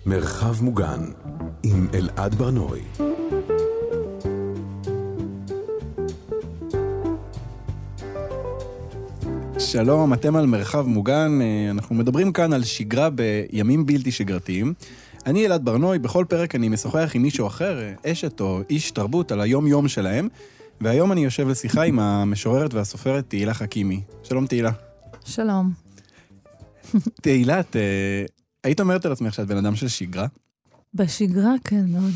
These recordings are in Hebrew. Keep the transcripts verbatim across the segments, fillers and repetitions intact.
מרחב מוגן עם אלעד ברנוי. שלום, אתם על מרחב מוגן. אנחנו מדברים כאן על שגרה בימים בלתי שגרתיים. אני אלעד ברנוי, בכל פרק אני משוחח עם מישהו אחר, אשת או איש תרבות, על היום יום שלהם, והיום אני יושב לשיחה עם המשוררת והסופרת תהילה חכימי. שלום תהילה. שלום. תהילה, את היית אומרת על עצמך שאת בן אדם של שגרה? בשגרה, כן, מאוד.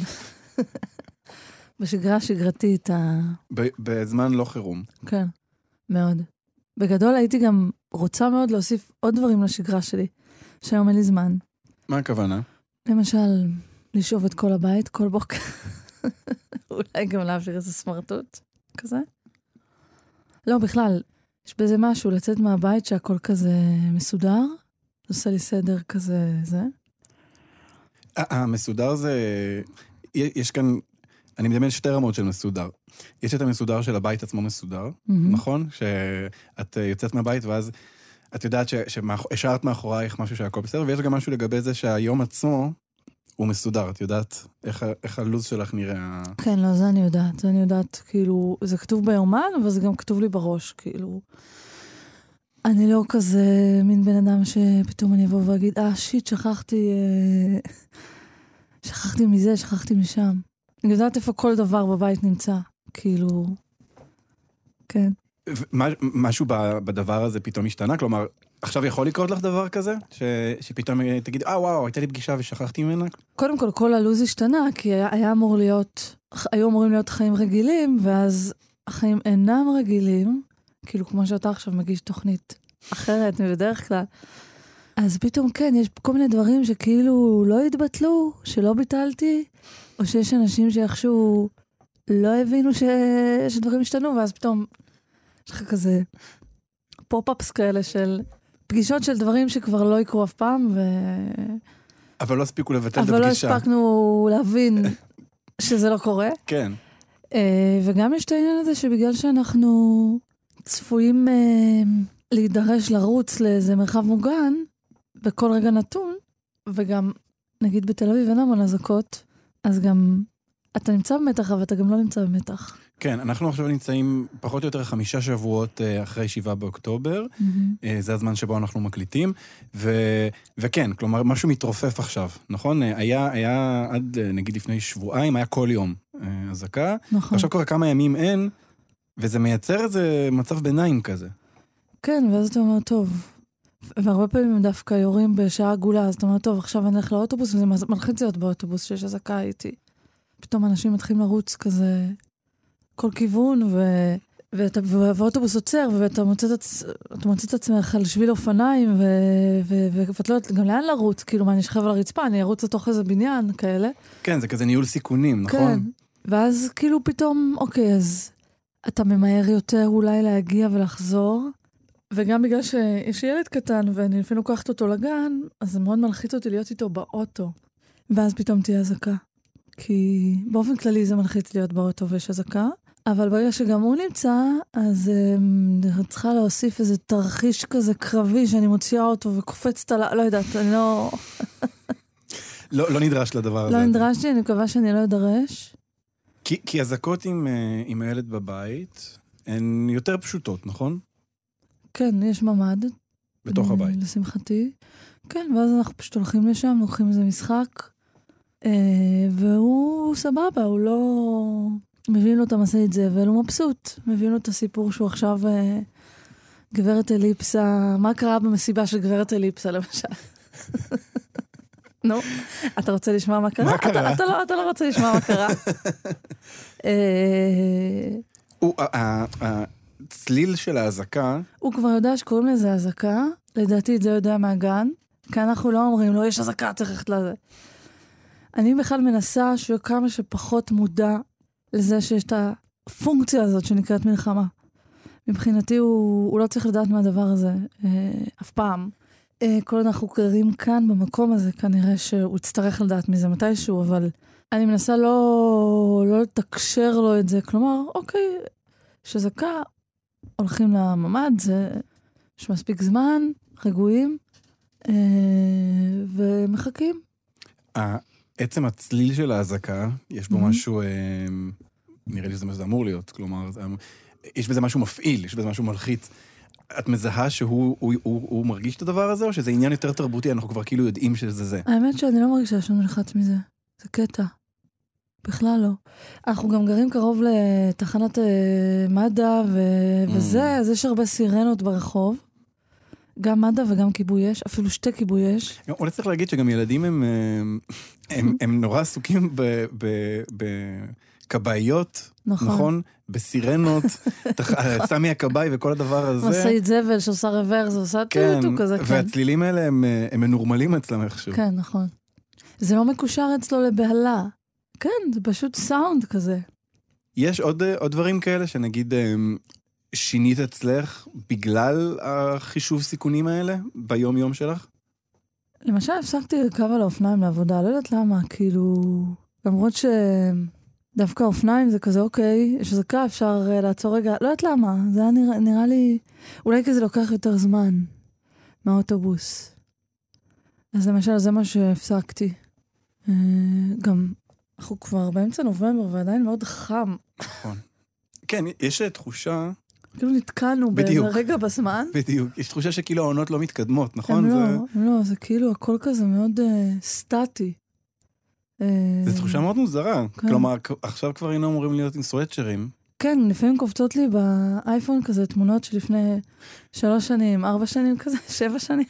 בשגרה שגרתית. ה... בזמן לא חירום. כן, מאוד. בגדול הייתי גם רוצה מאוד להוסיף עוד דברים לשגרה שלי, שהיום אין לי זמן. מה הכוונה? למשל, לשאוב את כל הבית כל בוקר. אולי גם להעביר איזה סמרטוט כזה. לא, בכלל, יש בזה משהו, לצאת מהבית שהכל כזה מסודר, עושה לי סדר כזה, זה. המסודר זה, יש כאן, אני מדמיין שתי רמות של מסודר. יש את המסודר של הבית עצמו מסודר, נכון? שאת יוצאת מהבית ואז את יודעת שהשארת מאחורייך משהו שהכל בסדר, ויש גם משהו לגבי זה שהיום עצמו הוא מסודר. את יודעת איך הלוז שלך נראה? כן, לא, זה אני יודעת. זה אני יודעת, כאילו, זה כתוב ביומן, אבל זה גם כתוב לי בראש, כאילו. אני לא כזה מין בן אדם שפתאום אני אבוא ואגיד, אה, שיט, שכחתי, שכחתי מזה, שכחתי משם. אני יודעת איפה כל דבר בבית נמצא, כאילו, כן. משהו בדבר הזה פתאום השתנה? כלומר, עכשיו יכול לקרות לך דבר כזה? שפתאום תגיד, אה, וואו, הייתה לי פגישה ושכחתי ממנה? קודם כל, כל הלוז השתנה, כי היה אמור להיות, היו אמורים להיות חיים רגילים, ואז החיים אינם רגילים, כאילו כמו שאתה עכשיו מגיש תוכנית אחרת מבדרך כלל. אז פתאום כן, יש כל מיני דברים שכאילו לא התבטלו, שלא ביטלתי, או שיש אנשים שאיכשהו לא הבינו ש... שדברים השתנו, ואז פתאום יש לך כזה פופ-אפס כאלה של פגישות של דברים שכבר לא יקרו אף פעם, ו... אבל לא הספיקו לבטל את אבל הפגישה. אבל לא הספקנו להבין שזה לא קורה. כן. וגם יש את העניין הזה שבגלל שאנחנו צפויים להידרש לרוץ לאיזה מרחב מוגן, בכל רגע נתון, וגם נגיד בתל אביב אין המון אזעקות, אז גם אתה נמצא במתח, אבל אתה גם לא נמצא במתח. כן, אנחנו עכשיו נמצאים פחות או יותר חמישה שבועות אחרי שבעה באוקטובר, mm-hmm. זה הזמן שבו אנחנו מקליטים, ו... וכן, כלומר, משהו מתרופף עכשיו, נכון? היה, היה עד נגיד לפני שבועיים, היה כל יום אזעקה, נכון. עכשיו כבר כמה ימים אין, וזה מייצר איזה מצב ביניים כזה. כן, ואז אתה אומר, טוב, והרבה פעמים הם דווקא יורים בשעה עגולה, אז אתה אומר, טוב, עכשיו אני הולך לאוטובוס, וזה מלחיץ להיות באוטובוס, שיש אזעקה איתי. פתאום אנשים מתחילים לרוץ כזה, כל כיוון, ו... ואתה... והאוטובוס עוצר, ואתה מוצא את, עצ... מוצא את עצמך על שביל אופניים, ו... ו... ואת לא יודעת גם לאן לרוץ, כאילו, מה, אני אשכב על הרצפה, אני ארוץ לתוך איזה בניין, כאלה. כן, זה כזה ניהול סיכונים, נכון? כן, ואז כאילו פתאום, אוקיי, אז אתה ממהר יותר אולי להגיע ולחזור, וגם בגלל שיש ילד קטן, ואני לפעמים לוקחת אותו לגן, אז זה מאוד מלחיץ אותי להיות איתו באוטו. ואז פתאום תהיה אזעקה. כי באופן כללי זה מלחיץ להיות באוטו ויש אזעקה, אבל ברגע שגם הוא נמצא, אז אני צריכה להוסיף איזה תרחיש כזה קרבי, שאני מוציאה אותו וקופצת על... לא יודעת, אני לא... לא, לא נדרש לדבר הזה. לא נדרשתי, אני מקווה שאני לא אדרש. כי, כי אזעקות עם, עם הילד בבית, הן יותר פשוטות, נכון? כן, יש ממד. בתוך הבית. לשמחתי. כן, ואז אנחנו פשוט הולכים לשם, לוקחים איזה משחק, והוא סבבה, הוא לא... מבין לו את המשאית זבל, הוא מבסוט. מבין לו את הסיפור שהוא עכשיו גברת אליפסה, מה קרה במסיבה של גברת אליפסה, למשל? נו, אתה רוצה לשמוע מה קרה? מה קרה? אתה לא רוצה לשמוע מה קרה. הצליל של ההזקה... הוא כבר יודע שקוראים לזה הזקה, לדעתי את זה יודע מהגן, כי אנחנו לא אומרים, לא, יש הזקה, צריך ללכת לזה. אני בכלל מנסה שהוא כמה שפחות מודע לזה שיש את הפונקציה הזאת שנקראת מלחמה. מבחינתי הוא, הוא לא צריך לדעת מהדבר הזה, אה, אף פעם. אה, כל עוד אנחנו קרים כאן במקום הזה, כנראה שהוא יצטרך לדעת מזה מתישהו, אבל אני מנסה לא, לא לתקשר לו את זה. כלומר, אוקיי, שזקה, הולכים לממד, זה, יש מספיק זמן, רגועים, אה, ומחכים. עצם הצליל של ההזקה, יש בו משהו, נראה לי שזה מה שזה אמור להיות, כלומר, יש בזה משהו מפעיל, יש בזה משהו מלחיץ. את מזהה שהוא הוא, הוא, הוא מרגיש את הדבר הזה, או שזה עניין יותר תרבותי, אנחנו כבר כאילו יודעים שזה זה? האמת שאני לא מרגישה שאני נלחץ מזה. זה קטע. בכלל לא. אנחנו גם גרים קרוב לתחנת מד"א, ו- mm. וזה, אז יש הרבה סירנות ברחוב. גם מד"א וגם כיבוי אש, אפילו שתי כיבוי אש. אולי צריך להגיד שגם ילדים הם, הם, הם נורא עסוקים בקבעיות, נכון? נכון? בסירנות, סמי הקבעי וכל הדבר הזה. מסעית זבל שעושה רוורס, עושה כן, טוטו כזה, כן. והצלילים האלה הם, הם מנורמלים אצלם איכשהו. כן, נכון. זה לא מקושר אצלו לבהלה. כן, זה פשוט סאונד כזה. יש עוד, עוד דברים כאלה שנגיד שינית אצלך בגלל החישוב סיכונים האלה ביום יום שלך? למשל, הפסקתי לרכב על האופניים לעבודה, לא יודעת למה, כאילו, למרות שדווקא האופניים זה כזה, אוקיי, יש זקה, אפשר לעצור רגע, לא יודעת למה, זה היה נראה, נראה לי, אולי כי זה לוקח יותר זמן מהאוטובוס. אז למשל, זה מה שהפסקתי. גם, אנחנו כבר באמצע נובמבר, ועדיין מאוד חם. נכון. כן, יש תחושה... כאילו נתקענו באיזה רגע בזמן. בדיוק. יש תחושה שכאילו העונות לא מתקדמות, נכון? לא, לא, זה כאילו הכל כזה מאוד סטטי. זו תחושה מאוד מוזרה. כלומר, עכשיו כבר היינו אמורים להיות עם סוואטשרים. כן, לפעמים קופצות לי באייפון כזה תמונות שלפני שלוש שנים, ארבע שנים כזה, שבע שנים.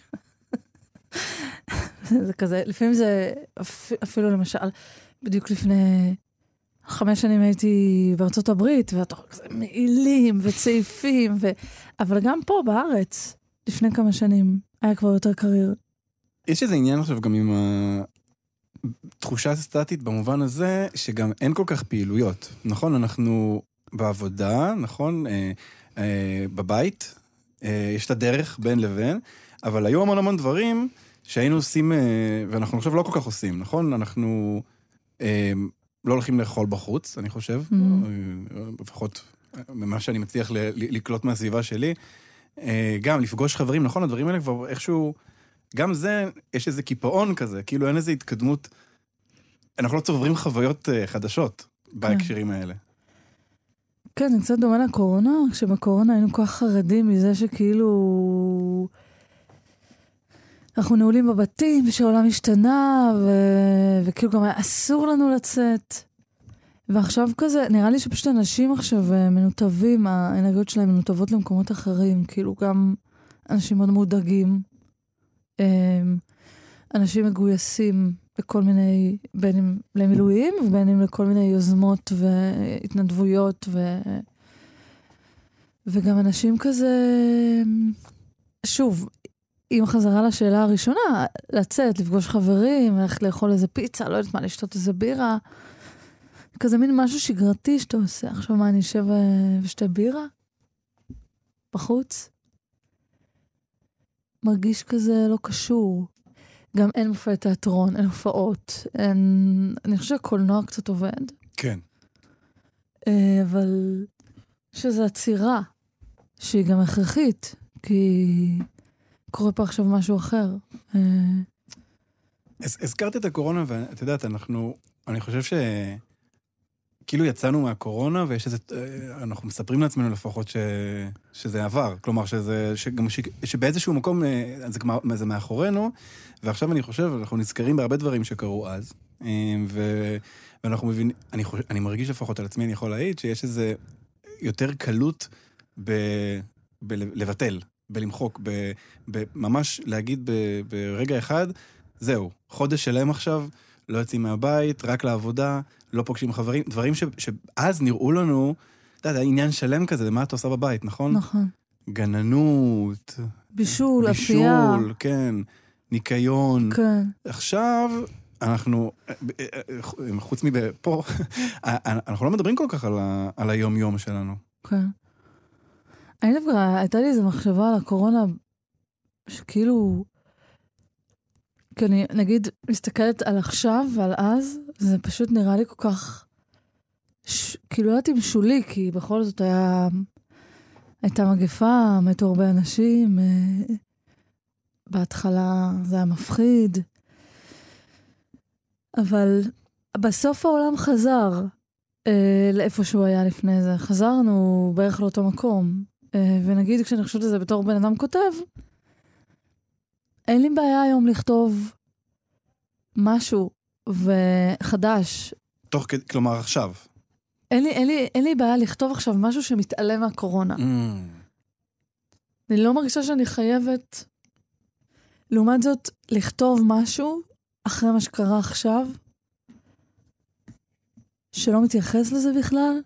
זה כזה, לפעמים זה אפילו למשל, בדיוק לפני חמש שנים הייתי בארצות הברית, ואתה רואה כזה מעילים וצעיפים, ו... אבל גם פה בארץ, לפני כמה שנים, היה כבר יותר קריר. יש איזה עניין עכשיו גם עם התחושה הסטטית במובן הזה, שגם אין כל כך פעילויות. נכון, אנחנו בעבודה, נכון, אה, אה, בבית, אה, יש את הדרך בין לבין, אבל היו המון המון דברים שהיינו עושים, אה, ואנחנו עכשיו לא כל כך עושים, נכון? אנחנו אה, לא הולכים לאכול בחוץ, אני חושב, mm-hmm. לפחות ממה שאני מצליח ל- ל- לקלוט מהסביבה שלי, אה, גם לפגוש חברים, נכון? הדברים האלה כבר איכשהו, גם זה, יש איזה קיפאון כזה, כאילו אין איזו התקדמות, אנחנו לא צוברים חוויות אה, חדשות בהקשרים האלה. כן, זה קצת דומה לקורונה, כשבקורונה היינו כל כך חרדים מזה שכאילו אנחנו נעולים בבתים, ושהעולם השתנה, ו... וכאילו גם היה אסור לנו לצאת. ועכשיו כזה, נראה לי שפשוט אנשים עכשיו מנותבים, האנרגיות שלהם מנותבות למקומות אחרים, כאילו גם אנשים מאוד מודאגים, אנשים מגויסים בכל מיני, בין אם למילואים, ובין אם לכל מיני יוזמות והתנדבויות, ו... וגם אנשים כזה, שוב, עם חזרה לשאלה הראשונה, לצאת, לפגוש חברים, ללכת לאכול איזה פיצה, לא יודעת מה, לשתות איזה בירה, כזה מין משהו שגרתי שאתה עושה. עכשיו מה, אני אשב ושתה בירה? בחוץ? מרגיש כזה לא קשור. גם אין מופעי תיאטרון, אין הופעות, אין... אני חושב שקולנוע קצת עובד. כן. אבל שזו עצירה, שהיא גם הכרחית, כי קורה פה עכשיו משהו אחר. הזכרת את הקורונה, ואת יודעת, אנחנו, אני חושב ש... כאילו יצאנו מהקורונה, ויש איזה, אנחנו מספרים לעצמנו לפחות ש, שזה עבר. כלומר, שזה, שגם, ש, שבאיזשהו מקום זה, זה מאחורינו, ועכשיו אני חושב, אנחנו נזכרים בהרבה דברים שקרו אז, ו, ואנחנו מבינים, אני, חושב, אני מרגיש לפחות על עצמי, אני יכול להעיד, שיש איזה יותר קלות ב, ב, לבטל, בלמחוק, ב, ב, ממש להגיד ב, ברגע אחד, זהו, חודש שלם עכשיו, לא יוצאים מהבית, רק לעבודה, לא פוגשים חברים, דברים ש, שאז נראו לנו, אתה יודע, עניין שלם כזה, מה אתה עושה בבית, נכון? נכון. גננות. בישול, אפייה. בישול, כן. ניקיון. כן. עכשיו, אנחנו, חוץ מפה, אנחנו לא מדברים כל כך על, ה, על היום-יום שלנו. כן. אני דווקא, הייתה לי איזו מחשבה על הקורונה, שכאילו, כי אני, נגיד, מסתכלת על עכשיו ועל אז, זה פשוט נראה לי כל כך, ש... כאילו, לא יודעת אם שולי, כי בכל זאת היה, הייתה מגפה, מתו הרבה אנשים, בהתחלה זה היה מפחיד, אבל בסוף העולם חזר אה, לאיפה שהוא היה לפני זה. חזרנו בערך לאותו מקום. אה, ונגיד, כשאני חושבת על זה בתור בן אדם כותב, אין לי בעיה היום לכתוב משהו וחדש. תוך כדי, כלומר עכשיו. אין לי, אין לי, אין לי בעיה לכתוב עכשיו משהו שמתעלם מהקורונה. Mm. אני לא מרגישה שאני חייבת, לעומת זאת, לכתוב משהו אחרי מה שקרה עכשיו, שלא מתייחס לזה בכלל,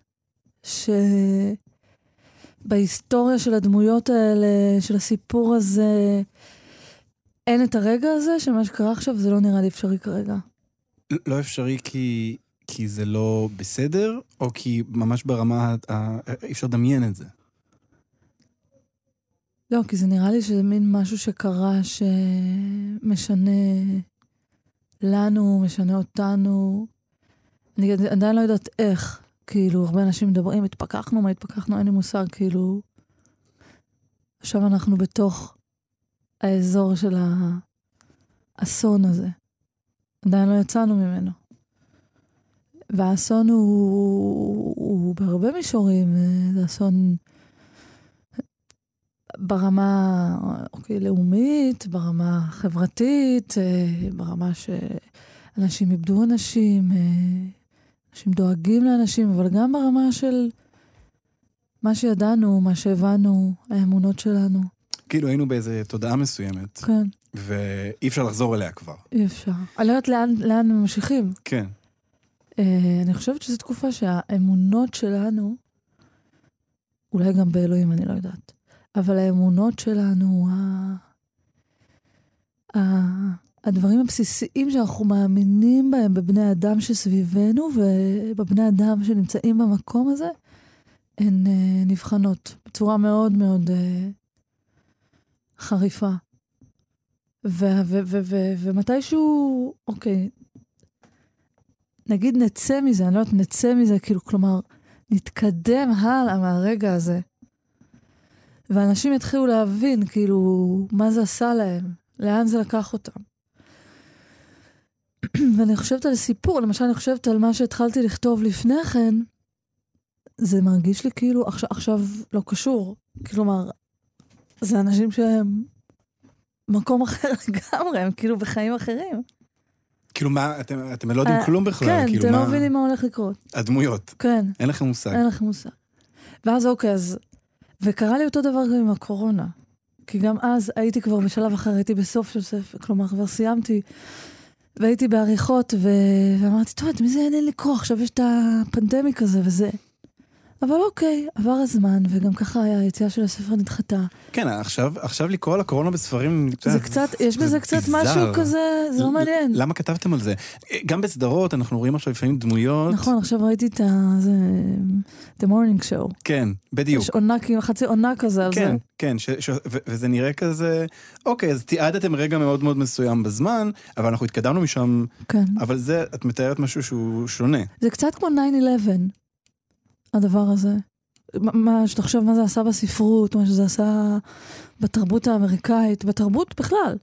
שבהיסטוריה של הדמויות האלה, של הסיפור הזה, אין את הרגע הזה, שמה שקרה עכשיו זה לא נראה לי אפשרי כרגע. לא אפשרי כי, כי זה לא בסדר, או כי ממש ברמה, אי אפשר לדמיין את זה? לא, כי זה נראה לי שזה מין משהו שקרה שמשנה לנו, משנה אותנו. אני עדיין לא יודעת איך, כאילו, הרבה אנשים מדברים, התפקחנו, מה התפקחנו, אין לי מושג, כאילו, עכשיו אנחנו בתוך האזור של האסון הזה. עדיין לא יצאנו ממנו. והאסון הוא, הוא בהרבה מישורים, זה אסון ברמה אוקיי, לאומית, ברמה חברתית, ברמה שאנשים איבדו אנשים, אנשים דואגים לאנשים, אבל גם ברמה של מה שידענו, מה שהבנו, האמונות שלנו. כאילו היינו באיזו תודעה מסוימת. כן. ואי אפשר לחזור אליה כבר. אי אפשר. אני לא יודעת לאן, לאן ממשיכים. כן. אני חושבת שזו תקופה שהאמונות שלנו, אולי גם באלוהים, אני לא יודעת, אבל האמונות שלנו, ה... ה... הדברים הבסיסיים שאנחנו מאמינים בהם בבני אדם שסביבנו, ובבני אדם שנמצאים במקום הזה, הן uh, נבחנות בצורה מאוד מאוד uh, חריפה. ו- ו- ו- ו- ומתישהו, אוקיי, נגיד נצא מזה, אני לא יודעת, נצא מזה, כאילו, כלומר, נתקדם הלאה מהרגע הזה. ואנשים יתחילו להבין, כאילו, מה זה עשה להם, לאן זה לקח אותם. ואני חושבת על סיפור, למשל, אני חושבת על מה שהתחלתי לכתוב לפני כן, זה מרגיש לי כאילו, עכשיו, עכשיו לא קשור. כלומר, זה אנשים שהם מקום אחר לגמרי, הם כאילו בחיים אחרים. כאילו מה, אתם, אתם לא יודעים כלום בכלל. כן, כאילו אתם מה... לא מבינים מה הולך לקרות. הדמויות. כן. אין לכם מושג. אין לכם מושג. ואז אוקיי, אז... וקרה לי אותו דבר גם עם הקורונה. כי גם אז הייתי כבר בשלב אחר, הייתי בסוף של ספר, כלומר, כבר סיימתי, והייתי בעריכות, ו... ואמרתי, טוב, מי זה אין לי לקרוא? עכשיו יש את הפנדמיק הזה וזה. אבל אוקיי, עבר הזמן, וגם ככה היציאה של הספר נדחתה. כן, עכשיו, עכשיו לקרוא על הקורונה בספרים... זה קצת, יש בזה קצת משהו כזה, זה לא מעניין. למה כתבתם על זה? גם בסדרות, אנחנו רואים עכשיו לפעמים דמויות... נכון, עכשיו ראיתי את ה... The Morning Show. כן, בדיוק. יש עונה, חצי עונה כזה על זה. כן, כן, ש, ש, ו, וזה נראה כזה, אוקיי, אז תיעדתם רגע מאוד מאוד מסוים בזמן, אבל אנחנו התקדמנו משם, כן. אבל זה, את מתארת משהו שהוא שונה. זה קצת כמו nine eleven, הדבר הזה. מה שתחשוב מה זה עשה בספרות, מה שזה עשה בתרבות האמריקאית, בתרבות בכלל.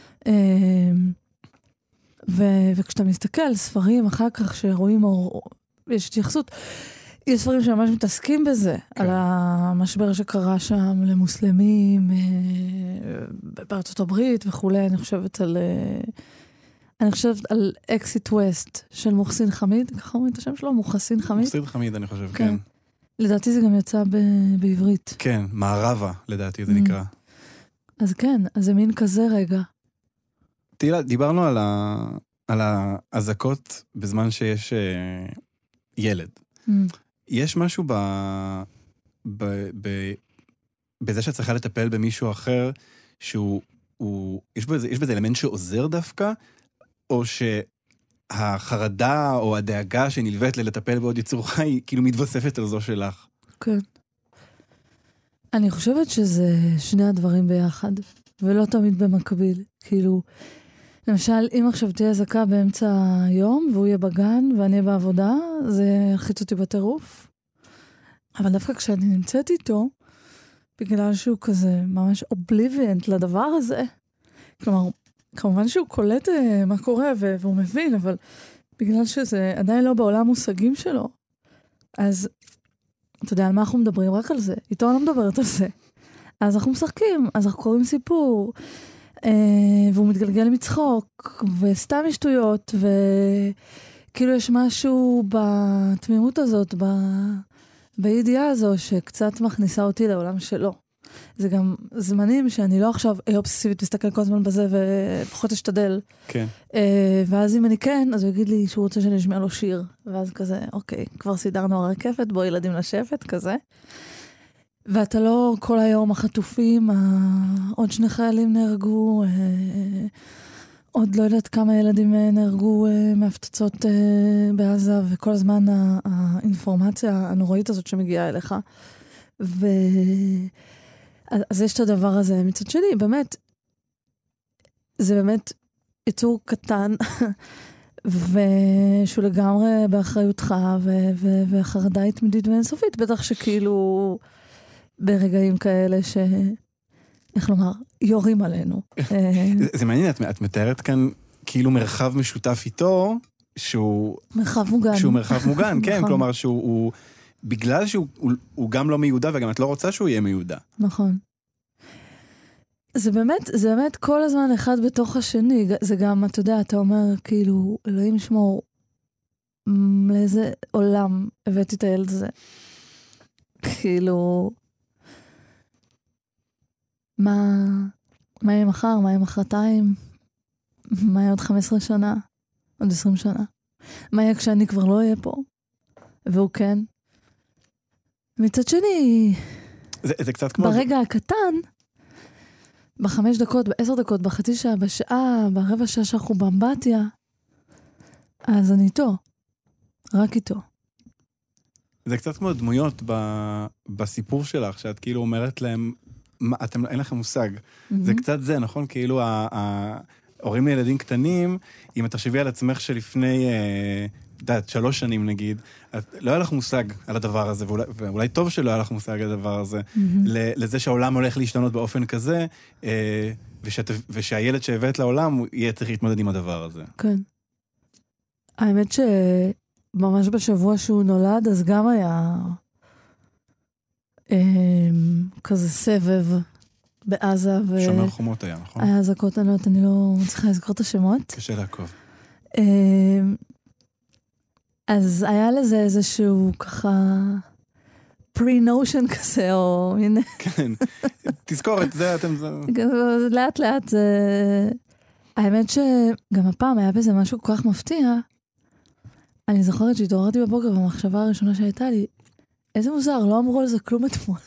ו, וכשאתה מסתכל, ספרים אחר כך שרואים, או, יש התייחסות, יש ספרים שממש מתעסקים בזה, כן. על המשבר שקרה שם למוסלמים, בארצות הברית וכולי, אני חושבת על, אני חושבת על אקסיט ווסט של מוחסין חמיד, ככה אומרים את השם שלו, מוחסין חמיד. מוחסין חמיד, אני חושב, כן. כן. לדעתי זה גם יצא ב- בעברית. כן, מערבה, לדעתי זה נקרא. אז כן, אז זה מין כזה רגע. תהילה, דיברנו על, ה... על ההזקות בזמן שיש uh, ילד. Mm. יש משהו ב... ב... ב... בזה שאת צריכה לטפל במישהו אחר, שהוא... הוא... יש, בזה, יש בזה אלמנט שעוזר דווקא, או שהחרדה או הדאגה שנלוות ללטפל בעוד יצור חי, כאילו מתווספת על זו שלך. כן. אני חושבת שזה שני הדברים ביחד, ולא תמיד במקביל. כאילו, למשל, אם עכשיו תהיה זקה באמצע היום, והוא יהיה בגן, ואני אהיה בעבודה, זה ילחיץ אותי בטירוף. אבל דווקא כשאני נמצאת איתו, בגלל שהוא כזה ממש אובליביאנט לדבר הזה, כלומר, כמובן שהוא קולט אה, מה קורה ו- והוא מבין, אבל בגלל שזה עדיין לא בעולם מושגים שלו, אז אתה יודע על מה אנחנו מדברים? רק על זה. איתו אני לא מדברת על זה. אז אנחנו משחקים, אז אנחנו קוראים סיפור, אה, והוא מתגלגל מצחוק, וסתם משטויות, וכאילו יש משהו בתמימות הזאת, ב... בידיעה הזו, שקצת מכניסה אותי לעולם שלו. זה גם זמנים שאני לא עכשיו אובססיבית מסתכל כל הזמן בזה, ופחות אשתדל. כן. אה, ואז אם אני כן, אז הוא יגיד לי שהוא רוצה שאני אשמיע לו שיר. ואז כזה, אוקיי, כבר סידרנו הרקפת, בוא ילדים לשבת, כזה. ואתה לא כל היום החטופים, עוד שני חיילים נהרגו, עוד לא יודעת כמה ילדים נהרגו מהפצצות בעזה, וכל הזמן האינפורמציה הנוראית הזאת שמגיעה אליך. ו... אז יש את הדבר הזה. מצד שני, באמת, זה באמת יצור קטן, ושהוא לגמרי באחריותך, ו- ו- והחרדה היא תמידית ואינסופית, בטח שכאילו ברגעים כאלה ש... איך לומר? יורים עלינו. זה מעניין, את, את מתארת כאן כאילו מרחב משותף איתו, שהוא... מרחב מוגן. שהוא מרחב מוגן, כן, כלומר שהוא... הוא, בגלל שהוא הוא, הוא גם לא מיודע, וגם את לא רוצה שהוא יהיה מיודע. נכון. זה באמת, זה באמת כל הזמן אחד בתוך השני. זה גם, אתה יודע, אתה אומר, כאילו, אלוהים ישמור, לאיזה עולם הבאתי את הילד הזה. כאילו, מה, מה יהיה מחר, מה יהיה מחרתיים, מה יהיה עוד חמש עשרה שנה, עוד עשרים שנה. מה יהיה כשאני כבר לא אהיה פה, והוא כן. מצד שני, זה, זה קצת כמו... ברגע הקטן, בחמש דקות, בעשר דקות, בחצי שעה, בשעה, ברבע שעה שאנחנו באמבטיה, אז אני איתו. רק איתו. זה קצת כמו דמויות ב, בסיפור שלך, שאת כאילו אומרת להם, מה, אתם, אין לכם מושג. Mm-hmm. זה קצת זה, נכון? כאילו, ההורים לילדים קטנים, אם את תחשבי על עצמך שלפני, יודעת, שלוש שנים נגיד, את, לא היה לך מושג על הדבר הזה, ואולי, ואולי טוב שלא היה לך מושג על הדבר הזה, mm-hmm. לזה שהעולם הולך להשתנות באופן כזה, ושאת, ושהילד שהבאת לעולם, הוא יהיה צריך להתמודד עם הדבר הזה. כן. האמת שממש בשבוע שהוא נולד, אז גם היה כזה סבב בעזה. שומר חומות היה, נכון? היה אזעקות, אני לא צריכה לזכור את השמות. קשה לעקוב. אז היה לזה איזשהו ככה pre-notion כזה, או הנה. כן, תזכור את זה, אתם... לאט לאט זה... האמת שגם הפעם היה בזה משהו כל כך מפתיע. אני זוכרת שהתעוררתי בבוקר, והמחשבה הראשונה שהייתה לי, איזה מוזר, לא אמרו על זה כלום אתמול.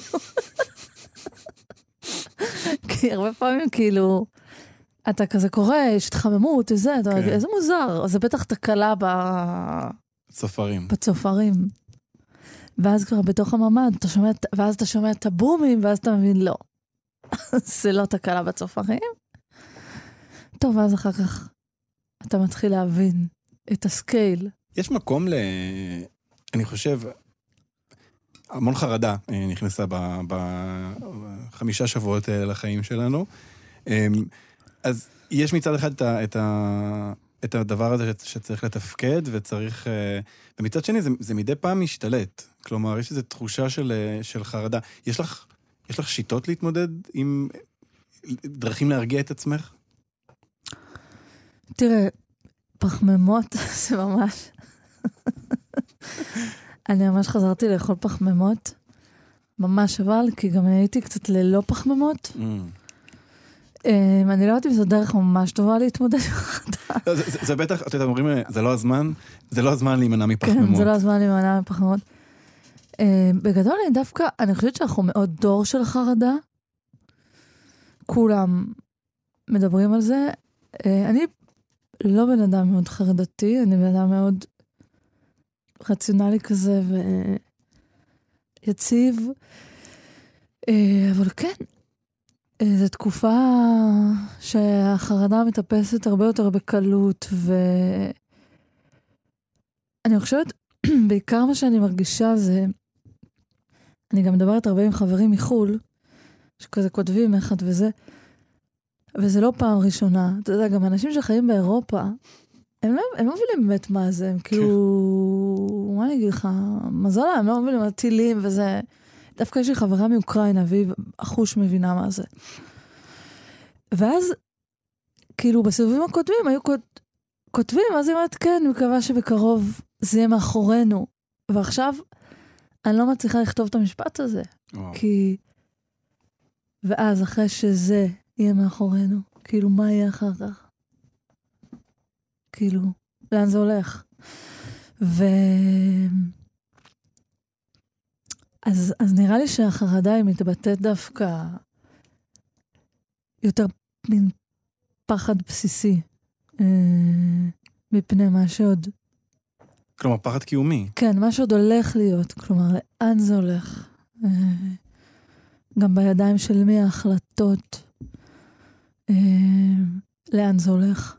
כי הרבה פעמים כאילו, אתה כזה קורא, יש התחממות, איזה, איזה מוזר. זה בטח תקלה בצופרים. בצופרים. ואז כבר בתוך הממד, ואז אתה שומע את הבומים, ואז אתה מבין, לא. זה לא תקלה בצופרים. טוב, ואז אחר כך אתה מתחיל להבין את הסקייל. יש מקום ל... אני חושב, המון חרדה נכנסה בחמישה שבועות לחיים שלנו. אז יש מצד אחד את, ה... את, ה... את הדבר הזה שצריך לתפקד, וצריך... ומצד שני, זה, זה מדי פעם משתלט. כלומר, יש איזו תחושה של, של חרדה. יש לך, יש לך שיטות להתמודד עם דרכים להרגיע את עצמך? תראה, פחממות זה ממש... אני ממש חזרתי לאכול פחממות, ממש אבל, כי גם אני הייתי קצת ללא פחממות. אני לא יודעת אם זו דרך ממש טובה להתמודד עם חרדה. זה בטח, אתם אומרים, זה לא הזמן, זה לא הזמן להימנע מפחממות. כן, זה לא הזמן להימנע מפחממות. בגדול, אני דווקא, אני חושבת שאנחנו מאוד דור של חרדה. כולם מדברים על זה. אני לא בן אדם מאוד חרדתי, אני בן אדם מאוד רציונלי כזה ויציב. אבל כן, זו תקופה שהחרדה מטפסת הרבה יותר בקלות, ואני חושבת, בעיקר מה שאני מרגישה זה, אני גם מדברת הרבה עם חברים מחול, שכזה כותבים אחד וזה, וזה לא פעם ראשונה. אתה יודע, גם אנשים שחיים באירופה, הם לא, הם לא מבינים באמת מה זה, הם כאילו, מה אני אגיד לך, מזל, הם לא מבינים מה טילים וזה. דווקא יש לי חברה מאוקראינה, והיא אחוש מבינה מה זה. ואז, כאילו, בסיבובים הקודמים, היו כות, כותבים, אז היא אומרת, כן, אני מקווה שבקרוב זה יהיה מאחורינו. ועכשיו, אני לא מצליחה לכתוב את המשפט הזה. וואו. כי, ואז, אחרי שזה יהיה מאחורינו, כאילו, מה יהיה אחר כך? כאילו, לאן זה הולך? ו... אז, אז נראה לי שהחרדה היא מתבטאת דווקא יותר מין פחד בסיסי, אה, מפני מה שעוד... כלומר, פחד קיומי. כן, מה שעוד הולך להיות, כלומר, לאן זה הולך? אה, גם בידיים של מי ההחלטות, אה, לאן זה הולך?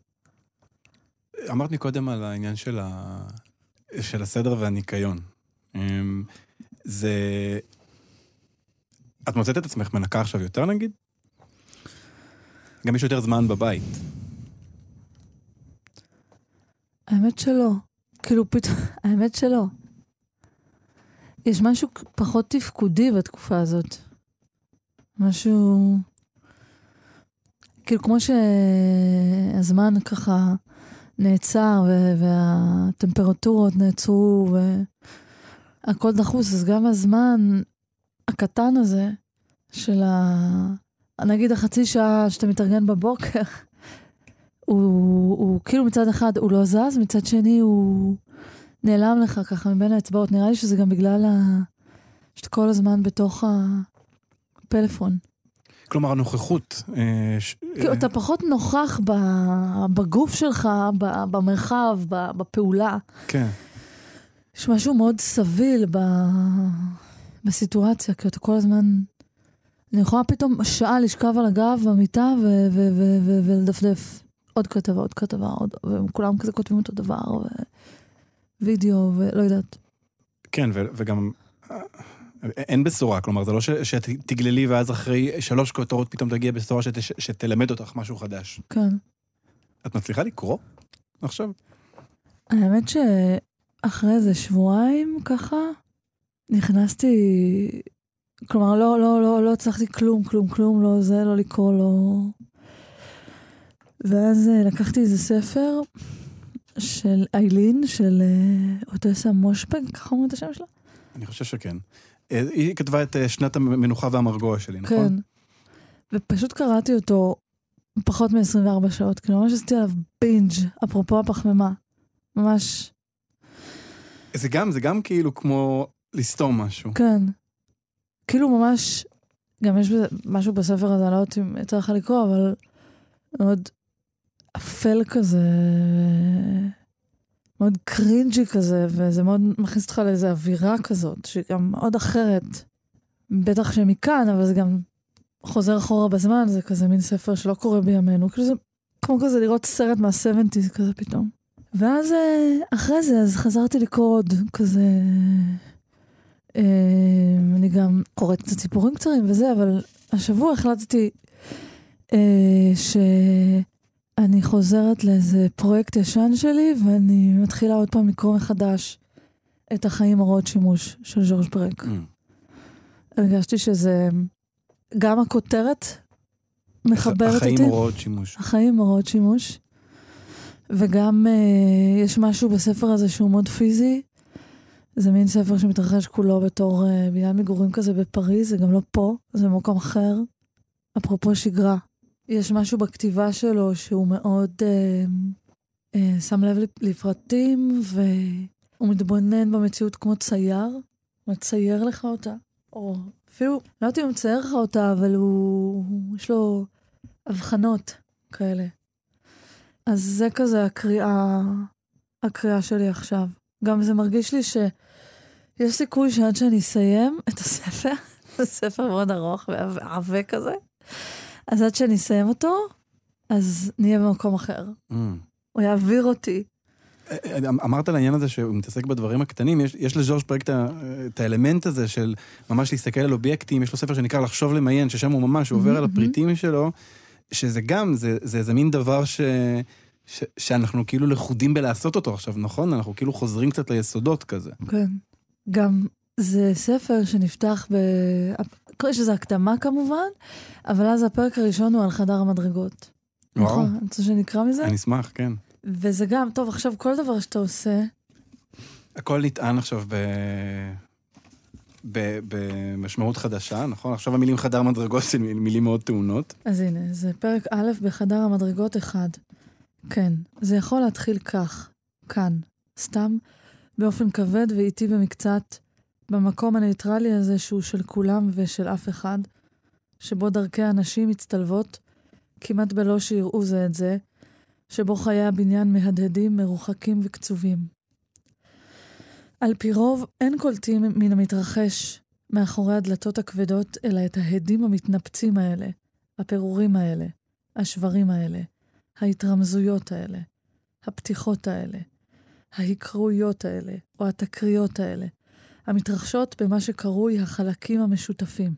אמרת מקודם על העניין של, ה... של הסדר והניקיון. זה... את מוצאת את עצמך מנקה עכשיו יותר, נגיד? גם יש יותר זמן בבית. האמת שלא. כאילו פתאום, האמת שלא. יש משהו פחות תפקודי בתקופה הזאת. משהו... כאילו כמו שהזמן ככה נעצר, והטמפרטורות נעצרו, והכל דחוס, אז גם הזמן הקטן הזה, של ה... נגיד החצי שעה שאתה מתארגן בבוקר, הוא, הוא כאילו מצד אחד הוא לא זז, מצד שני הוא נעלם לך ככה מבין האצבעות. נראה לי שזה גם בגלל ה... שאתה כל הזמן בתוך הפלאפון. כלומר, הנוכחות... כאילו, אתה פחות נוכח בגוף שלך, במרחב, בפעולה. כן. יש משהו מאוד סביל בסיטואציה, כי אתה כל הזמן... אני יכולה פתאום שעה לשכב על הגב במיטה ולדפדף עוד כתבה, עוד כתבה, וכולם כזה כותבים אותו דבר, ווידאו, ולא יודעת. כן, וגם... אין בשורה, כלומר, זה לא שתגללי ואז אחרי שלוש כותרות פתאום תגיע בשורה שתלמד אותך משהו חדש. כן. את מצליחה לקרוא עכשיו? האמת שאחרי איזה שבועיים ככה, נכנסתי, כלומר, לא, לא, לא, לא הצלחתי כלום, כלום, כלום, לא זה, לא לקרוא, לא... ואז לקחתי איזה ספר של איילין, של אוטסה מושפג, ככה אומרים את השם שלה? אני חושב שכן. היא כתבה את שנת המנוחה והמרגוע שלי, נכון? כן. ופשוט קראתי אותו פחות מ-עשרים וארבע שעות, כאילו ממש עשיתי עליו בינג', אפרופו הפחמימה. ממש... זה גם, זה גם כאילו כמו לסתום משהו. כן. כאילו ממש, גם יש בזה, משהו בספר הזה, אני לא יודעת אם יצא לך לקרוא, אבל מאוד אפל כזה, מאוד קרינג'י כזה, וזה מאוד מכניס אותך לאיזו אווירה כזאת, שהיא גם מאוד אחרת, בטח שמכאן, אבל זה גם חוזר אחורה בזמן, זה כזה מין ספר שלא קורה בימינו, כאילו זה כמו כזה לראות סרט מה-שבעים כזה פתאום. ואז אחרי זה, אז חזרתי לקרוא עוד כזה, אני גם קוראת קצת סיפורים קצרים וזה, אבל השבוע החלטתי ש... אני חוזרת לאיזה פרויקט ישן שלי, ואני מתחילה עוד פעם לקרוא מחדש את החיים הוראות שימוש של ז'ורז' ברק. Mm. הרגשתי שזה גם הכותרת מחברת אותי. החיים הוראות שימוש. החיים הוראות שימוש. וגם אה, יש משהו בספר הזה שהוא מאוד פיזי. זה מין ספר שמתרחש כולו בתור אה, בניין מגורים כזה בפריז, זה גם לא פה, זה במקום אחר. אפרופו שגרה. יש משהו בכתיבה שלו שהוא מאוד אה, אה, שם לב לפרטים, והוא מתבונן במציאות כמו צייר, מצייר לך אותה, או אפילו, לא יודעת אם הוא מצייר לך אותה, אבל הוא, יש לו הבחנות כאלה. אז זה כזה הקריאה, הקריאה שלי עכשיו. גם זה מרגיש לי שיש סיכוי שעד שאני אסיים את הספר, זה ספר מאוד ארוך ועבה כזה, אז עד שאני אסיים אותו, אז נהיה במקום אחר. Mm. הוא יעביר אותי. אמרת על העניין הזה שהוא מתעסק בדברים הקטנים, יש, יש לז'ורז' ברק את האלמנט הזה של ממש להסתכל על אובייקטים, יש לו ספר שנקרא לחשוב למיין, ששם הוא ממש, הוא עובר על הפריטים שלו, שזה גם, זה, זה איזה מין דבר ש, ש, שאנחנו כאילו לכודים בלעשות אותו עכשיו, נכון? אנחנו כאילו חוזרים קצת ליסודות כזה. כן. גם זה ספר שנפתח ב... יש איזו הקדמה כמובן, אבל אז הפרק הראשון הוא על חדר המדרגות. וואו. נכון? אתה רוצה שנקרא מזה? אני אשמח, כן. וזה גם, טוב, עכשיו כל דבר שאתה עושה... הכל נטען עכשיו ב... ב... במשמעות חדשה, נכון? עכשיו המילים חדר מדרגות זה מילים מאוד טעונות. אז הנה, זה פרק א' בחדר המדרגות אחד. כן, זה יכול להתחיל כך, כאן, סתם, באופן כבד ואיטי במקצת, במקום הניטרלי הזה שהוא של כולם ושל אף אחד, שבו דרכי האנשים מצטלבות, כמעט בלא שיראו זה את זה, שבו חיי הבניין מהדהדים, מרוחקים וקצובים. על פי רוב אין קולטים מן המתרחש מאחורי הדלתות הכבדות, אלא את ההדים המתנפצים האלה, הפירורים האלה, השברים האלה, ההתרמזויות האלה, הפתיחות האלה, ההקרויות האלה, או התקריות האלה, המתרחשות במה שקרוי החלקים המשותפים.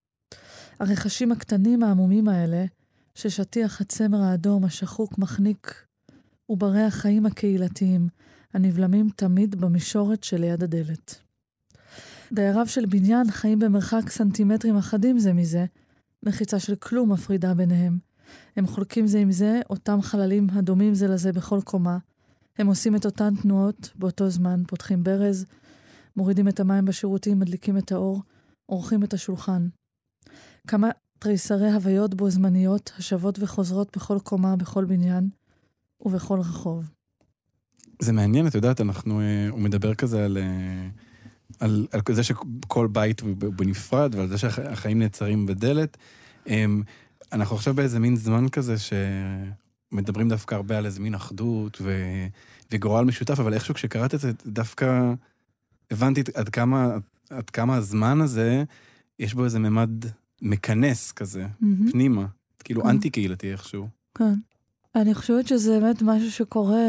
הרכשים הקטנים העמומים האלה, ששטיח הצמר האדום השחוק מחניק, וברי החיים הקהילתיים, הנבלמים תמיד במישורת שליד הדלת. דייריו של בניין חיים במרחק סנטימטרים אחדים זה מזה, מחיצה של כלום מפרידה ביניהם. הם חולקים זה עם זה, אותם חללים הדומים זה לזה בכל קומה. הם עושים את אותן תנועות, באותו זמן פותחים ברז, מורידים את המים בשירותים, מדליקים את האור, עורכים את השולחן. כמה תריסרי הוויות בו זמניות, השבות וחוזרות בכל קומה, בכל בניין ובכל רחוב. זה מעניין, את יודעת, אנחנו, הוא מדבר כזה על, על, על זה שכל בית הוא בנפרד, ועל זה שהחיים נעצרים בדלת. אנחנו עכשיו באיזה מין זמן כזה שמדברים דווקא הרבה על איזה מין אחדות ו, וגורל משותף, אבל איכשהו כשקראת את זה, דווקא הבנתי עד כמה, עד כמה הזמן הזה, יש בו איזה ממד מכנס כזה, mm-hmm. פנימה, כאילו כן. אנטי קהילתי איכשהו. כן. אני חושבת שזה באמת משהו שקורה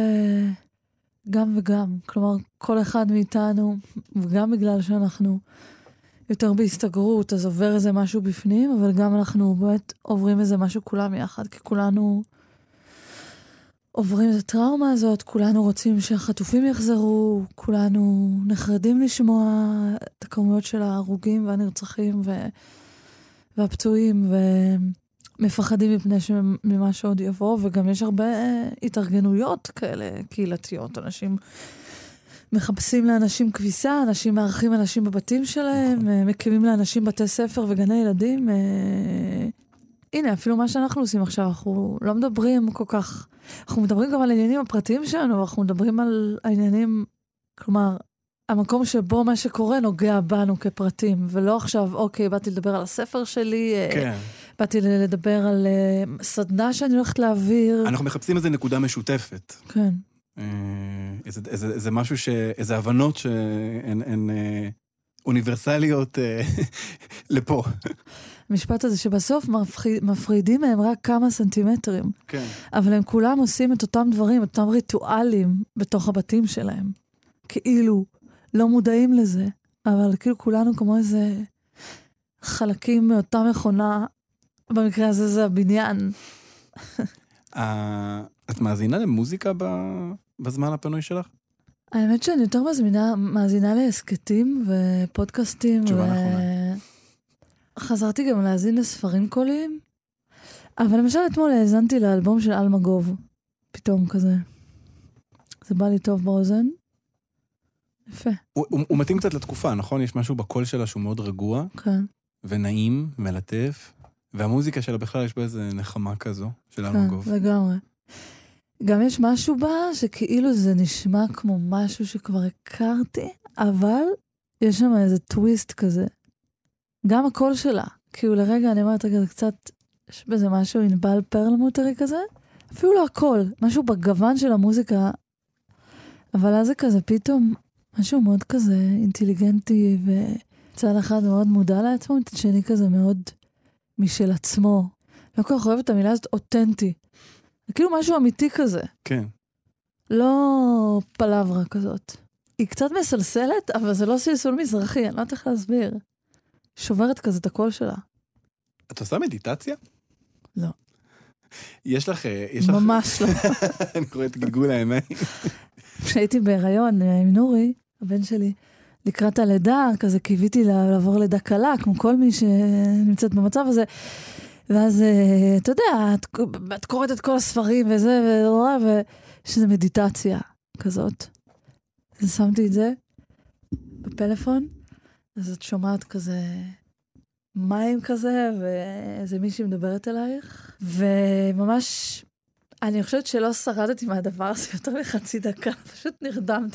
גם וגם. כלומר, כל אחד מאיתנו, וגם בגלל שאנחנו יותר בהסתגרות, אז עובר איזה משהו בפנים, אבל גם אנחנו באמת עוברים איזה משהו כולם יחד, כי כולנו עוברים את הטראומה הזאת, כולנו רוצים שהחטופים יחזרו, כולנו נחרדים לשמוע את הכמויות של ההרוגים והנרצחים ו... והפצועים, ומפחדים מפני ש... ממה שעוד יבוא, וגם יש הרבה התארגנויות כאלה קהילתיות. אנשים מחפשים לאנשים כביסה, אנשים מארחים אנשים בבתים שלהם, מקימים לאנשים בתי ספר וגני ילדים. הנה, אפילו מה שאנחנו עושים עכשיו, אנחנו לא מדברים כל כך, אנחנו מדברים גם על העניינים הפרטיים שלנו, אנחנו מדברים על העניינים, כלומר, המקום שבו מה שקורה נוגע בנו כפרטים, ולא עכשיו, אוקיי, באתי לדבר על הספר שלי, כן. באתי לדבר על סדנה שאני הולכת להעביר. אנחנו מחפשים איזו נקודה משותפת. כן. איזה, איזה, איזה משהו ש... איזה הבנות שהן הן, אוניברסליות לפה. המשפט הזה שבסוף מפחיד, מפרידים מהם רק כמה סנטימטרים. כן. אבל הם כולם עושים את אותם דברים, את אותם ריטואלים בתוך הבתים שלהם. כאילו לא מודעים לזה, אבל כאילו כולנו כמו איזה חלקים מאותה מכונה, במקרה הזה זה הבניין. את מאזינה למוזיקה בזמן הפנוי שלך? האמת שאני יותר מאזינה, מאזינה להסקטים ופודקאסטים. תשובה נכונה. חזרתי גם להאזין לספרים קוליים, אבל למשל אתמול האזנתי לאלבום של אלמגוב, פתאום כזה. זה בא לי טוב באוזן. יפה. הוא, הוא, הוא מתאים קצת לתקופה, נכון? יש משהו בקול שלה שהוא מאוד רגוע, כן. ונעים, מלטף, והמוזיקה שלה בכלל יש בה איזה נחמה כזו, של כן, אלמגוב. לגמרי. גם יש משהו בה שכאילו זה נשמע כמו משהו שכבר הכרתי, אבל יש שם איזה טוויסט כזה. גם הקול שלה, כאילו לרגע אני אומרת, רגע, זה קצת, יש בזה משהו אינבל פרלמוטרי כזה, אפילו לא הקול, משהו בגוון של המוזיקה, אבל אז זה כזה פתאום, משהו מאוד כזה אינטליגנטי, וצד אחד מאוד מודע לעצמו, מצד שני כזה מאוד משל עצמו. לא כל כך אוהב את המילה הזאת אותנטי. זה כאילו משהו אמיתי כזה. כן. לא פלברה כזאת. היא קצת מסלסלת, אבל זה לא סלסול מזרחי, אני לא יודעת איך להסביר. שוברת כזה את הקול שלה. את עושה מדיטציה? לא. יש לך... יש לך... ממש לא. אני קורא את גלגול העיניים. כשהייתי בהיריון עם נורי, הבן שלי, לקראת הלידה, כזה קיוויתי לעבור לידה קלה, כמו כל מי שנמצאת במצב הזה. ואז, אתה יודע, את, את קוראת את כל הספרים וזה, ויש איזו מדיטציה כזאת. אז שמתי את זה בפלאפון, אז את שומעת כזה מים כזה, ואיזה מישהי מדברת אלייך, וממש, אני חושבת שלא שרדתי מהדבר הזה יותר מחצי דקה, פשוט נרדמתי.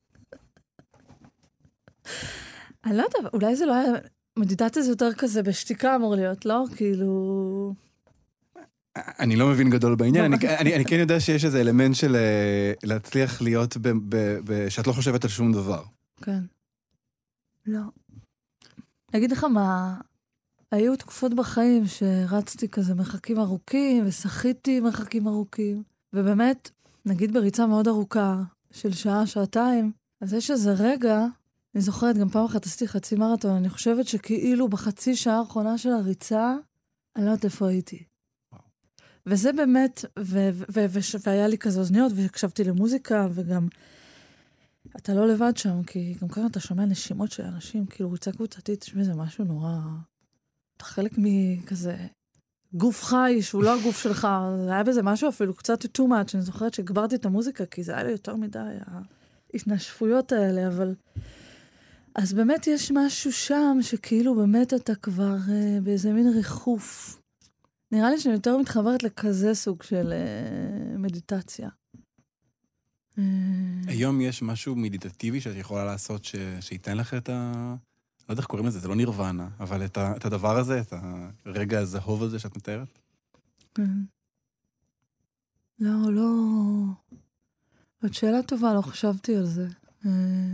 אני לא יודעת, אולי זה לא היה, מדיטציה זה יותר כזה בשתיקה אמור להיות, לא? כאילו... אני לא מבין גדול בעניין, אני, אני, אני כן יודע שיש איזה אלמנט של להצליח להיות ב, ב, ב, שאת לא חושבת על שום דבר. כן. לא. אני אגיד לך מה, היו תקופות בחיים שרצתי כזה מרחקים ארוכים, ושחיתי מרחקים ארוכים, ובאמת, נגיד בריצה מאוד ארוכה, של שעה, שעתיים, אז יש איזה רגע, אני זוכרת, גם פעם אחת עשיתי חצי מרתון, אני חושבת שכאילו בחצי שעה האחרונה של הריצה, אני לא יודעת איפה הייתי. וזה באמת, ו- ו- ו- והיה לי כזה אוזניות, והקשבתי למוזיקה, וגם, אתה לא לבד שם, כי גם כאן אתה שומע נשימות של אנשים, כאילו ריצה קבוצתית, תשמע, זה משהו נורא, אתה חלק מכזה גוף חי, שהוא לא הגוף שלך, זה היה בזה משהו אפילו קצת too much, אני זוכרת שהגברתי את המוזיקה, כי זה היה לי יותר מדי, ההתנשפויות האלה, אבל... אז באמת יש משהו שם, שכאילו באמת אתה כבר אה, באיזה מין ריחוף. נראה לי שאני יותר מתחברת לכזה סוג של אה, מדיטציה. אה... היום יש משהו מדיטטיבי שאת יכולה לעשות ש... שייתן לך את ה... לא יודע איך קוראים לזה, זה לא נירוונה, אבל את, ה... את הדבר הזה, את הרגע הזהוב הזה שאת מתארת? כן. לא, לא... זאת שאלה טובה, לא חשבתי על זה. אה...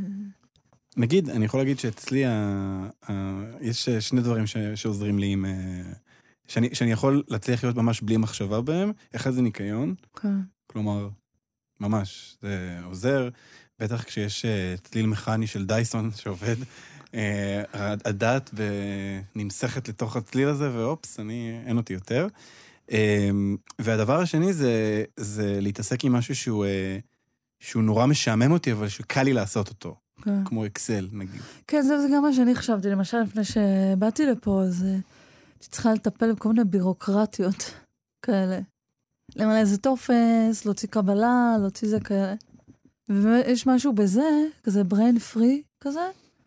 נגיד, אני יכול להגיד שאצלי, ה... ה... יש שני דברים ש... שעוזרים לי עם... שאני, שאני יכול להצליח להיות ממש בלי מחשבה בהם. אחד זה ניקיון. כן. כלומר, ממש, זה עוזר. בטח כשיש צליל מכני של דייסון שעובד, הדעת נמסכת לתוך הצליל הזה, ואופס, אני, אין אותי יותר. והדבר השני זה, זה להתעסק עם משהו שהוא, שהוא נורא משעמם אותי, אבל שקל לי לעשות אותו. כן. כמו אקסל, נגיד. כן, זה, זה גם מה שאני חשבתי. למשל, לפני שבאתי לפה, אז הייתי צריכה לטפל בכל מיני בירוקרטיות כאלה. למלא איזה טופס, להוציא קבלה, להוציא זה כאלה. ויש משהו בזה, כזה brain free כזה,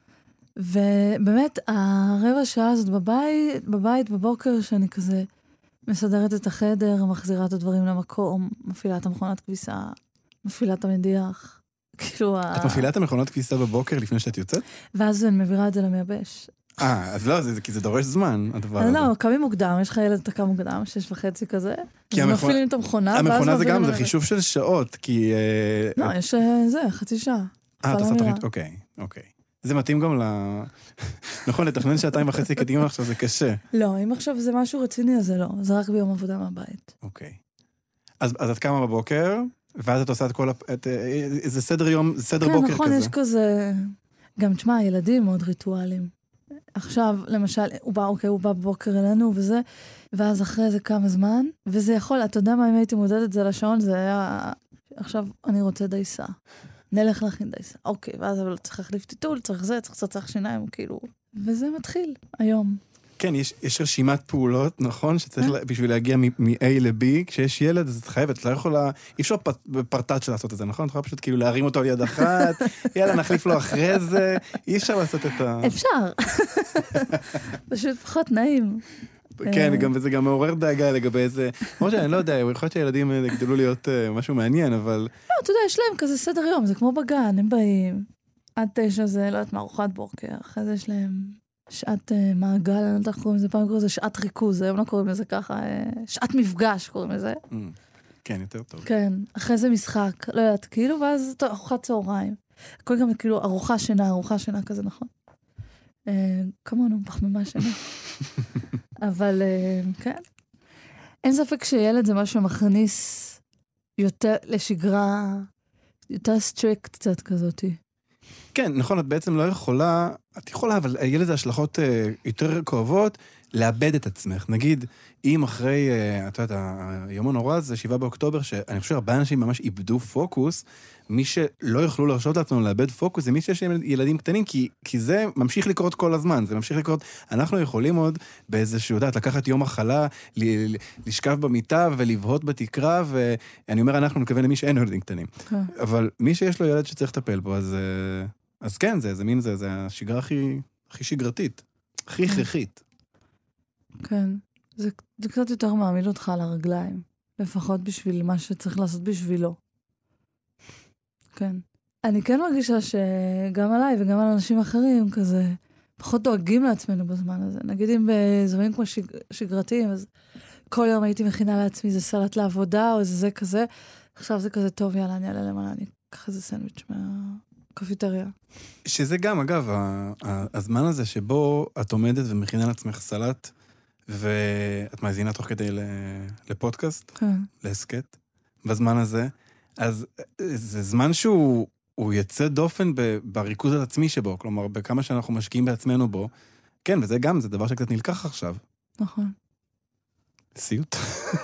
ובאמת, הרבע שעה הזאת בבית, בבית, בבוקר, שאני כזה מסדרת את החדר, מחזירה את הדברים למקום, מפעילה את המכונת כביסה, מפעילה את המדיח. כאילו... את מפעילה את המכונת כביסה בבוקר לפני שאת יוצאת? ואז אני מעבירה את זה למייבש. אה, אז לא, זה, כי זה דורש זמן, הדבר הזה. לא, קמים מוקדם, יש לך ילד תקע מוקדם, שש וחצי כזה, אז מפעילים את המכונה, המכונה זה גם, זה חישוב של שעות, כי... לא, יש זה, חצי שעה. אה, אתה עושה תוכנית, אוקיי, אוקיי. זה מתאים גם ל... נכון, לתכנן שעתיים וחצי קדימה עכשיו זה קשה. לא, אם עכשיו זה משהו רציני, אז זה לא, זה רק ביום עבודה מהבית. אוקיי. אז, אז את קמה בבוקר, ואז את עושה את כל... את, זה סדר יום, סדר בוקר כזה. כן, נכון, יש כזה... גם, תשמע, ילדים מאוד ריטואלים. עכשיו, למשל, הוא בא, אוקיי, הוא בא בבוקר אלינו וזה, ואז אחרי זה כמה זמן, וזה יכול, אתה יודע מה, אם הייתי מודדת את זה לשעון, זה היה... עכשיו, אני רוצה דייסה. נלך להכין דייסה. אוקיי, ואז אבל צריך להחליף טיטול, צריך זה, צריך צריך שיניים, כאילו. וזה מתחיל היום. כן, יש, יש רשימת פעולות, נכון? שצריך לה, בשביל להגיע מ-A ל-B, כשיש ילד, אז את חייבת, את לא יכולה, אי אפשר בפרטאץ' לעשות את זה, נכון? את יכולה פשוט כאילו להרים אותו על יד אחת, יאללה, נחליף לו אחרי זה, אי אפשר לעשות את ה... אפשר. פשוט פחות נעים. כן, גם, וזה גם מעורר דאגה לגבי איזה... כמו שאני לא יודע, יכול להיות שהילדים האלה גדלו להיות משהו מעניין, אבל... לא, אתה יודע, יש להם כזה סדר יום, זה כמו בגן, הם באים, עד תשע זה, לא יודעת מה, ארוחת בוקר, אחרי זה יש להם... שעת uh, מעגל, אני לא יודעת איך קוראים לזה, פעם קוראים לזה שעת ריכוז, היום לא קוראים לזה ככה, uh, שעת מפגש קוראים לזה. Mm, כן, יותר טוב. כן, אחרי זה משחק, לא יודעת, כאילו, ואז ארוחת צהריים. הכל גם כאילו ארוחה שינה, ארוחה שינה כזה, נכון. Uh, כמונו, פחמימה שינה. אבל uh, כן. אין ספק שילד זה משהו שמכניס יותר לשגרה, יותר סטריקט קצת כזאתי. כן, נכון, את בעצם לא יכולה, את יכולה, אבל הילד זה השלכות אה, יותר כואבות, לאבד את עצמך. נגיד, אם אחרי, אתה יודע, היום הנורא הזה, שבעה באוקטובר, שאני חושב הרבה אנשים ממש איבדו פוקוס, מי שלא יוכלו להרשות לעצמנו לאבד פוקוס, זה מי שיש ילדים קטנים, כי, כי זה ממשיך לקרות כל הזמן, זה ממשיך לקרות, אנחנו יכולים עוד באיזשהו, יודעת, לקחת יום מחלה, לשכב במיטה ולבהות בתקרה, ואני אומר, אנחנו נקווה למי שאין ילדים קטנים. אבל מי שיש לו ילד שצריך לטפל בו, אז, אז כן, זה, זה מין זה, זה השגרה הכי, הכי שגרתית, הכי הכרחית. כן, זה, זה קצת יותר מעמיד אותך על הרגליים, לפחות בשביל מה שצריך לעשות בשבילו. כן. אני כן מרגישה שגם עליי וגם על אנשים אחרים כזה, פחות דואגים לעצמנו בזמן הזה. נגיד אם בזמנים כמו שג, שגרתיים, אז כל יום הייתי מכינה לעצמי איזה סלט לעבודה או איזה זה כזה, עכשיו זה כזה טוב, יאללה, אני אעלה למעלה, אני אקח איזה סנדוויץ' מהקפיטריה. שזה גם, אגב, הזמן הזה שבו את עומדת ומכינה לעצמך סלט, ואת מאזינה תוך כדי לפודקאסט, כן. להסקט, בזמן הזה, אז זה זמן שהוא הוא יצא דופן בריכוז העצמי שבו, כלומר, בכמה שאנחנו משקיעים בעצמנו בו, כן, וזה גם, זה דבר שקצת נלקח עכשיו. נכון. סיוט.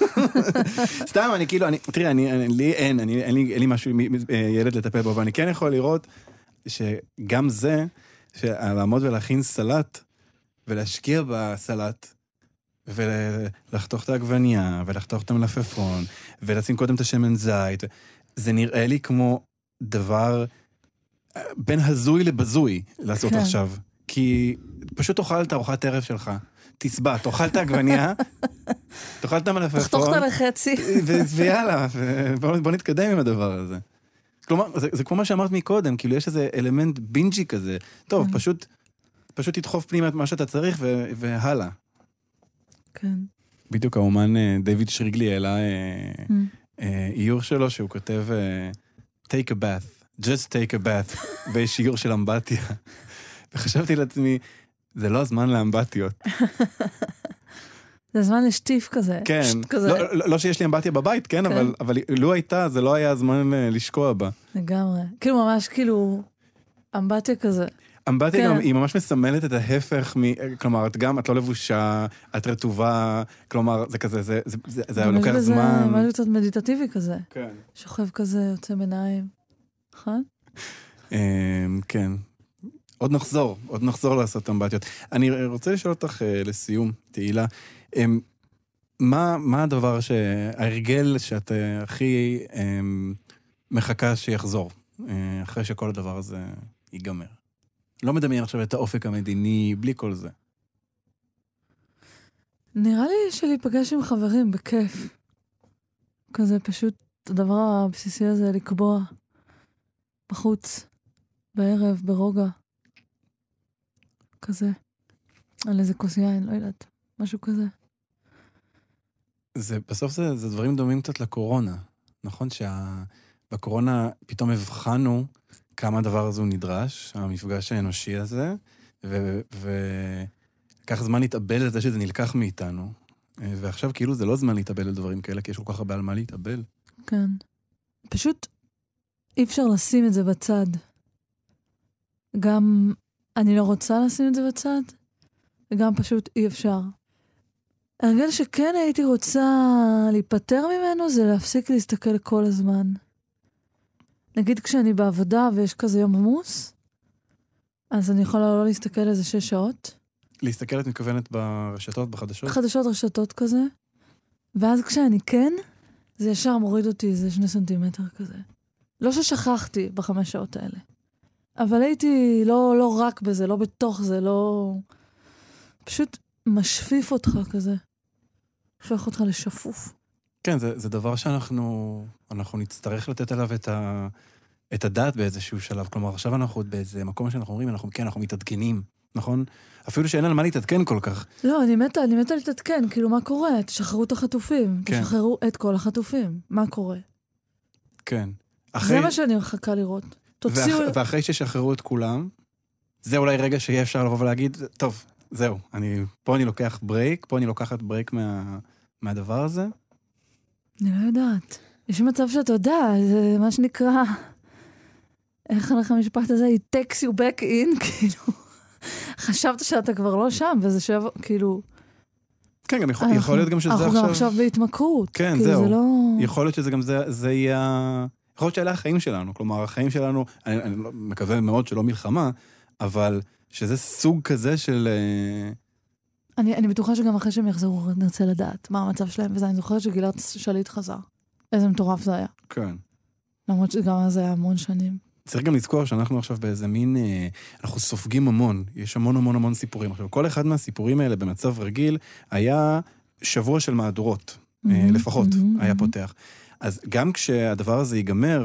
סתם, אני כאילו, אני, תראי, אני, אני, לי אין, אני, אין לי, אין לי משהו, ילד לטפל בו, אבל אני כן יכול לראות שגם זה, שלעמוד ולהכין סלט, ולהשקיע בסלט, ולחתוך את העגבניה, ולחתוך את המלפפון, ולשים קודם את השמן זית, זה נראה לי כמו דבר בין הזוי לבזוי לעשות עכשיו. כי פשוט תאכל את ארוחת ערב שלך, תסבע, תאכל את העגבניה, תאכל את המלפפון. תחתוך אותה לחצי. ויאללה, בוא נתקדם עם הדבר הזה. כלומר, זה כמו מה שאמרת מקודם, כאילו יש איזה אלמנט בינג'י כזה. טוב, פשוט, פשוט תדחוף פנימה את מה שאתה צריך, והלאה. כן. בדיוק האומן דיוויד שריגלי העלה איור שלו, שהוא כותב take a bath, just take a bath, ויש איור של אמבטיה. וחשבתי לעצמי, זה לא הזמן לאמבטיות. זה זמן לשטיף כזה. כן, לא שיש לי אמבטיה בבית, כן, אבל לו הייתה, זה לא היה הזמן לשקוע בה. לגמרי. כאילו ממש כאילו אמבטיה כזה. אמבטיה גם, היא ממש מסמלת את ההפך, כלומר, את גם, את לא לבושה, את רטובה, כלומר, זה כזה, זה לוקח זמן. זה משהו קצת מדיטטיבי כזה. כן. שוכב כזה, יוצא ביניים. נכון? כן. עוד נחזור, עוד נחזור לעשות אמבטיות. אני רוצה לשאול אותך לסיום, תהילה, מה, מה הדבר, ההרגל שאת הכי מחכה שיחזור, אחרי שכל הדבר הזה ייגמר? לא מדמיין עכשיו את האופק המדיני, בלי כל זה. נראה לי שלהיפגש עם חברים בכיף. כזה פשוט, הדבר הבסיסי הזה, לקבוע בחוץ, בערב, ברוגע. כזה. על איזה כוס יין, לא יודעת. משהו כזה. זה, בסוף זה, זה דברים דומים קצת לקורונה. נכון שבקורונה פתאום הבחנו כמה הדבר הזה הוא נדרש, המפגש האנושי הזה, וכך זמן להתאבל על זה שזה נלקח מאיתנו. ועכשיו כאילו זה לא זמן להתאבל על דברים כאלה, כי יש כל כך הרבה על מה להתאבל. כן. פשוט אי אפשר לשים את זה בצד. גם אני לא רוצה לשים את זה בצד, וגם פשוט אי אפשר. הרגל שכן הייתי רוצה להיפטר ממנו, זה להפסיק להסתכל כל הזמן. נגיד כשאני בעבודה ויש כזה יום עמוס, אז אני יכולה לא להסתכל איזה שש שעות. להסתכל את מתכוונת ברשתות, בחדשות? חדשות, רשתות כזה. ואז כשאני כן, זה ישר מוריד אותי איזה שני סנטימטר כזה. לא ששכחתי בחמש שעות האלה. אבל הייתי לא, לא רק בזה, לא בתוך זה, לא... פשוט משפיף אותך כזה. הופך אותך לשפוף. כן, זה, זה דבר שאנחנו אנחנו נצטרך לתת עליו את, ה, את הדעת באיזשהו שלב. כלומר, עכשיו אנחנו באיזה מקום שאנחנו אומרים, אנחנו, כן, אנחנו מתעדכנים, נכון? אפילו שאין על מה להתעדכן כל כך. לא, אני מתה, אני מתה להתעדכן. כאילו, מה קורה? תשחררו את החטופים. כן. תשחררו את כל החטופים. מה קורה? כן. אחרי... זה מה שאני מחכה לראות. תוציאו... ואח... ואחרי ששחררו את כולם, זה אולי רגע שיהיה אפשר לבוא ולהגיד, טוב, זהו, אני, פה אני לוקח ברייק, פה אני לוקחת ברייק מה, מהדבר הזה. אני לא יודעת. יש מצב שאתה יודע, זה מה שנקרא, איך הלך המשפט הזה, it takes you back in, כאילו, חשבת שאתה כבר לא שם, וזה שב, כאילו, כן, גם יכול, יכול להיות גם שזה אנחנו עכשיו... אנחנו גם עכשיו בהתמכרות. כן, כאילו זהו. זה לא... יכול להיות שזה גם זה, זה יהיה... יכול להיות שאלה החיים שלנו. כלומר, החיים שלנו, אני, אני מקווה מאוד שלא מלחמה, אבל שזה סוג כזה של... אני, אני בטוחה שגם אחרי שהם יחזרו, נרצה לדעת מה המצב שלהם, וזה אני זוכרת שגלעד שליט חזר. איזה מטורף זה היה. כן. למרות שגם אז היה המון שנים. צריך גם לזכור שאנחנו עכשיו באיזה מין, אנחנו סופגים המון, יש המון המון המון סיפורים. עכשיו, כל אחד מהסיפורים האלה במצב רגיל היה שבוע של מהדורות, mm-hmm, לפחות mm-hmm, היה mm-hmm. פותח. אז גם כשהדבר הזה ייגמר,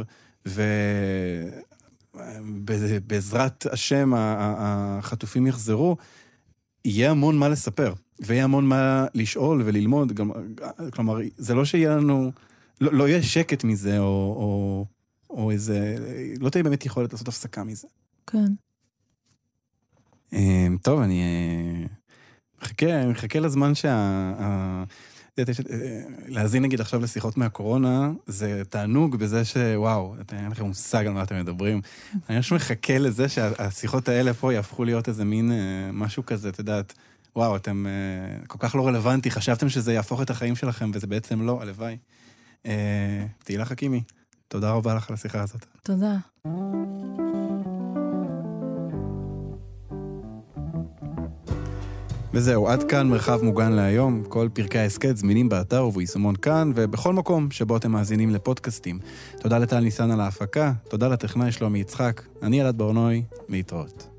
ובעזרת השם החטופים יחזרו, יהיה המון מה לספר, ויהיה המון מה לשאול וללמוד. גם, כלומר, זה לא שיהיה לנו, לא, לא יהיה שקט מזה, או... או או איזה, לא תהיה באמת יכולת לעשות הפסקה מזה. כן. טוב, אני מחכה, מחכה לזמן שה... להזין נגיד עכשיו לשיחות מהקורונה, זה תענוג בזה שוואו, אין לכם מושג על מה אתם מדברים. אני ממש מחכה לזה שהשיחות האלה פה יהפכו להיות איזה מין משהו כזה, את יודעת, וואו, אתם כל כך לא רלוונטי, חשבתם שזה יהפוך את החיים שלכם, וזה בעצם לא, הלוואי. תהילה חכימי. תודה רבה לך על השיחה הזאת. תודה. וזהו, עד כאן מרחב מוגן להיום. כל פרקי ההסקט זמינים באתר וביישומון כאן, ובכל מקום שבו אתם מאזינים לפודקאסטים. תודה לטל ניסן על ההפקה, תודה לטכנאי שלומי יצחק, אני אלעד ברנועי, להתראות.